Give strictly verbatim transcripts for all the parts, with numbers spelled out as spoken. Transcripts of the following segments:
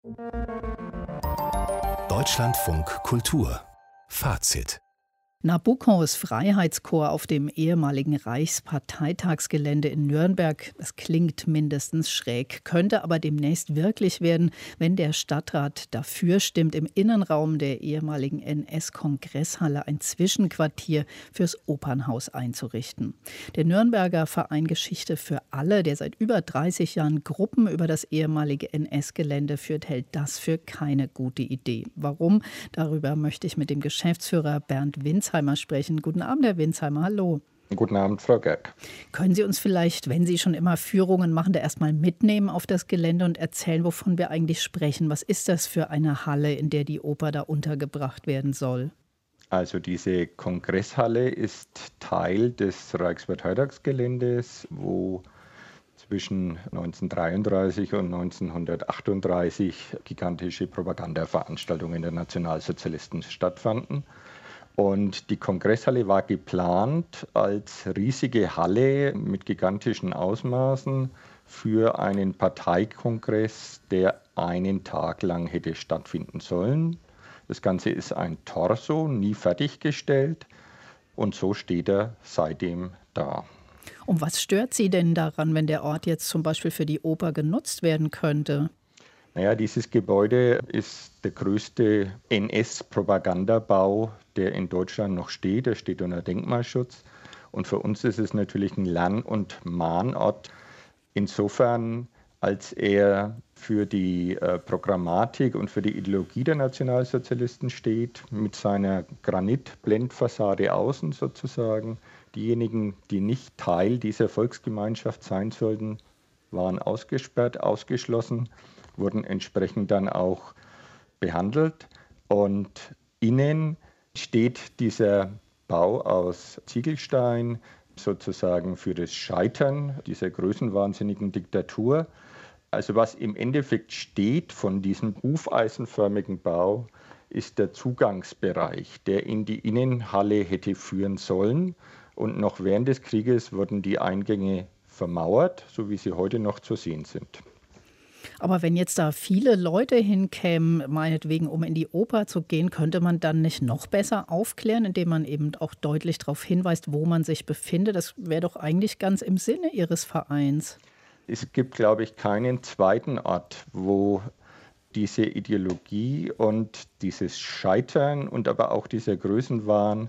Deutschlandfunk Kultur Fazit. Nabuccos Freiheitschor auf dem ehemaligen Reichsparteitagsgelände in Nürnberg, das klingt mindestens schräg, könnte aber demnächst wirklich werden, wenn der Stadtrat dafür stimmt, im Innenraum der ehemaligen N S-Kongresshalle ein Zwischenquartier fürs Opernhaus einzurichten. Der Nürnberger Verein Geschichte für alle, der seit über dreißig Jahren Gruppen über das ehemalige N S-Gelände führt, hält das für keine gute Idee. Warum? Darüber möchte ich mit dem Geschäftsführer Bernd Winzheimer sprechen. Guten Abend, Herr Winzheimer. Hallo. Guten Abend, Frau Gerg. Können Sie uns vielleicht, wenn Sie schon immer Führungen machen, da erstmal mitnehmen auf das Gelände und erzählen, wovon wir eigentlich sprechen? Was ist das für eine Halle, in der die Oper da untergebracht werden soll? Also diese Kongresshalle ist Teil des Reichsparteitagsgeländes, wo zwischen neunzehnhundertdreiunddreißig und neunzehnhundertachtunddreißig gigantische Propagandaveranstaltungen der Nationalsozialisten stattfanden. Und die Kongresshalle war geplant als riesige Halle mit gigantischen Ausmaßen für einen Parteikongress, der einen Tag lang hätte stattfinden sollen. Das Ganze ist ein Torso, nie fertiggestellt, und so steht er seitdem da. Und was stört Sie denn daran, wenn der Ort jetzt zum Beispiel für die Oper genutzt werden könnte? Naja, dieses Gebäude ist der größte N S-Propagandabau, der in Deutschland noch steht. Er steht unter Denkmalschutz. Und für uns ist es natürlich ein Lern- und Mahnort. Insofern, als er für die äh, Programmatik und für die Ideologie der Nationalsozialisten steht, mit seiner Granitblendfassade außen sozusagen. Diejenigen, die nicht Teil dieser Volksgemeinschaft sein sollten, waren ausgesperrt, ausgeschlossen, wurden entsprechend dann auch behandelt. Und innen steht dieser Bau aus Ziegelstein sozusagen für das Scheitern dieser größenwahnsinnigen Diktatur. Also was im Endeffekt steht von diesem hufeisenförmigen Bau, ist der Zugangsbereich, der in die Innenhalle hätte führen sollen. Und noch während des Krieges wurden die Eingänge vermauert, so wie sie heute noch zu sehen sind. Aber wenn jetzt da viele Leute hinkämen, meinetwegen, um in die Oper zu gehen, könnte man dann nicht noch besser aufklären, indem man eben auch deutlich darauf hinweist, wo man sich befindet? Das wäre doch eigentlich ganz im Sinne Ihres Vereins. Es gibt, glaube ich, keinen zweiten Ort, wo diese Ideologie und dieses Scheitern und aber auch dieser Größenwahn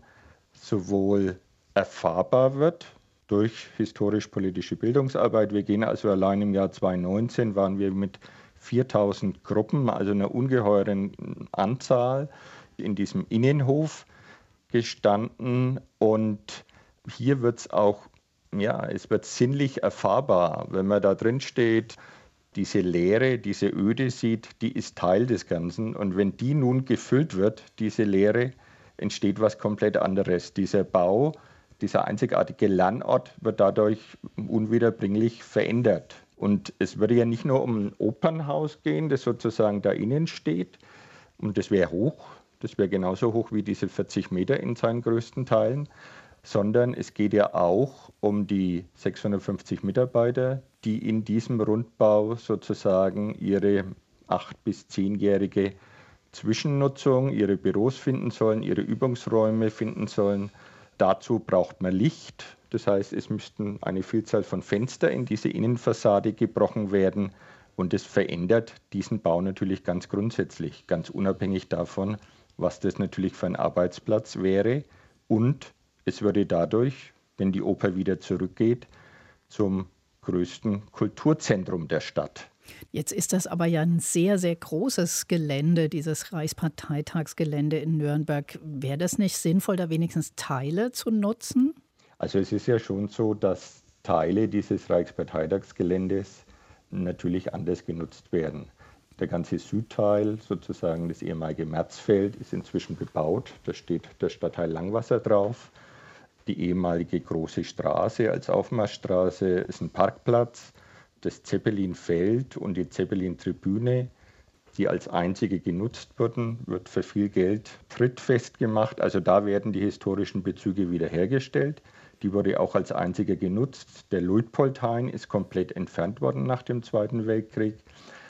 sowohl erfahrbar wird durch historisch-politische Bildungsarbeit. Wir gehen also allein im Jahr zweitausendneunzehn waren wir mit viertausend Gruppen, also einer ungeheuren Anzahl, in diesem Innenhof gestanden. Und hier wird es auch, ja, es wird sinnlich erfahrbar, wenn man da drin steht. Diese Leere, diese Öde sieht, die ist Teil des Ganzen. Und wenn die nun gefüllt wird, diese Leere, entsteht was komplett anderes. Dieser Bau, dieser einzigartige Lernort wird dadurch unwiederbringlich verändert. Und es würde ja nicht nur um ein Opernhaus gehen, das sozusagen da innen steht. Und das wäre hoch, das wäre genauso hoch wie diese vierzig Meter in seinen größten Teilen. Sondern es geht ja auch um die sechshundertfünfzig Mitarbeiter, die in diesem Rundbau sozusagen ihre acht- bis zehnjährige Zwischennutzung, ihre Büros finden sollen, ihre Übungsräume finden sollen. Dazu braucht man Licht, das heißt, es müssten eine Vielzahl von Fenstern in diese Innenfassade gebrochen werden. Und es verändert diesen Bau natürlich ganz grundsätzlich, ganz unabhängig davon, was das natürlich für ein Arbeitsplatz wäre. Und es würde dadurch, wenn die Oper wieder zurückgeht, zum größten Kulturzentrum der Stadt. Jetzt ist das aber ja ein sehr, sehr großes Gelände, dieses Reichsparteitagsgelände in Nürnberg. Wäre das nicht sinnvoll, da wenigstens Teile zu nutzen? Also es ist ja schon so, dass Teile dieses Reichsparteitagsgeländes natürlich anders genutzt werden. Der ganze Südteil, sozusagen das ehemalige Märzfeld, ist inzwischen bebaut. Da steht der Stadtteil Langwasser drauf. Die ehemalige Große Straße als Aufmarschstraße ist ein Parkplatz. Das Zeppelinfeld und die Zeppelin-Tribüne, die als einzige genutzt wurden, wird für viel Geld trittfest gemacht. Also da werden die historischen Bezüge wiederhergestellt. Die wurde auch als einziger genutzt. Der Luitpoldhain ist komplett entfernt worden nach dem Zweiten Weltkrieg.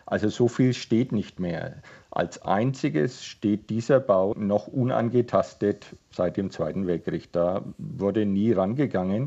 Also so viel steht nicht mehr. Als einziges steht dieser Bau noch unangetastet seit dem Zweiten Weltkrieg. Da wurde nie rangegangen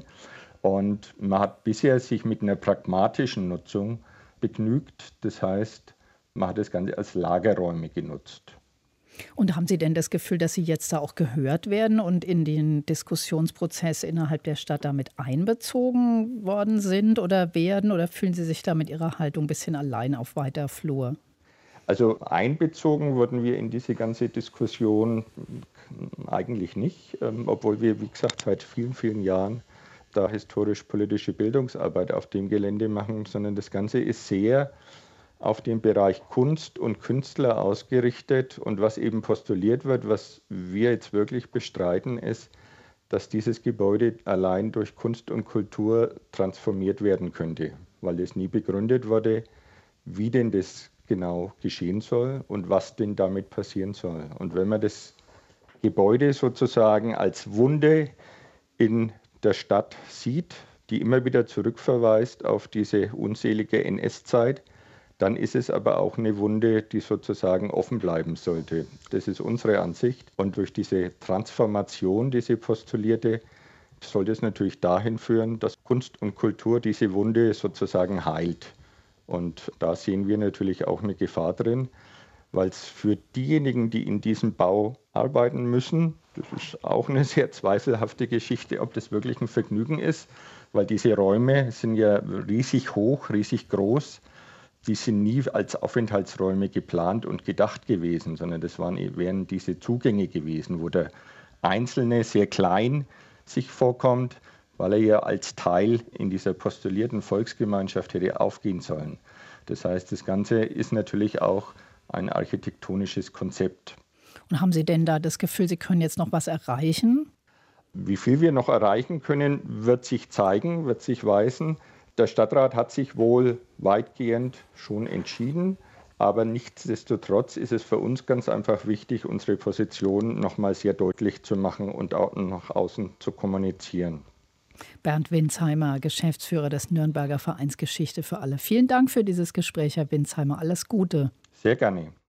und man hat bisher sich mit einer pragmatischen Nutzung begnügt. Das heißt, man hat das Ganze als Lagerräume genutzt. Und haben Sie denn das Gefühl, dass Sie jetzt da auch gehört werden und in den Diskussionsprozess innerhalb der Stadt damit einbezogen worden sind oder werden? Oder fühlen Sie sich da mit Ihrer Haltung ein bisschen allein auf weiter Flur? Also einbezogen wurden wir in diese ganze Diskussion eigentlich nicht, obwohl wir, wie gesagt, seit vielen, vielen Jahren da historisch-politische Bildungsarbeit auf dem Gelände machen, sondern das Ganze ist sehr auf den Bereich Kunst und Künstler ausgerichtet. Und was eben postuliert wird, was wir jetzt wirklich bestreiten, ist, dass dieses Gebäude allein durch Kunst und Kultur transformiert werden könnte, weil es nie begründet wurde, wie denn das genau geschehen soll und was denn damit passieren soll. Und wenn man das Gebäude sozusagen als Wunde in der Stadt sieht, die immer wieder zurückverweist auf diese unselige N S-Zeit, dann ist es aber auch eine Wunde, die sozusagen offen bleiben sollte. Das ist unsere Ansicht. Und durch diese Transformation, diese postulierte, soll es natürlich dahin führen, dass Kunst und Kultur diese Wunde sozusagen heilt. Und da sehen wir natürlich auch eine Gefahr drin, weil es für diejenigen, die in diesem Bau arbeiten müssen, das ist auch eine sehr zweifelhafte Geschichte, ob das wirklich ein Vergnügen ist, weil diese Räume sind ja riesig hoch, riesig groß. Die sind nie als Aufenthaltsräume geplant und gedacht gewesen, sondern das waren, wären diese Zugänge gewesen, wo der Einzelne sehr klein sich vorkommt, weil er ja als Teil in dieser postulierten Volksgemeinschaft hätte aufgehen sollen. Das heißt, das Ganze ist natürlich auch ein architektonisches Konzept. Und haben Sie denn da das Gefühl, Sie können jetzt noch was erreichen? Wie viel wir noch erreichen können, wird sich zeigen, wird sich weisen. Der Stadtrat hat sich wohl weitgehend schon entschieden, aber nichtsdestotrotz ist es für uns ganz einfach wichtig, unsere Position noch mal sehr deutlich zu machen und auch nach außen zu kommunizieren. Bernd Winsheimer, Geschäftsführer des Nürnberger Vereins Geschichte für alle. Vielen Dank für dieses Gespräch, Herr Winsheimer. Alles Gute. Sehr gerne.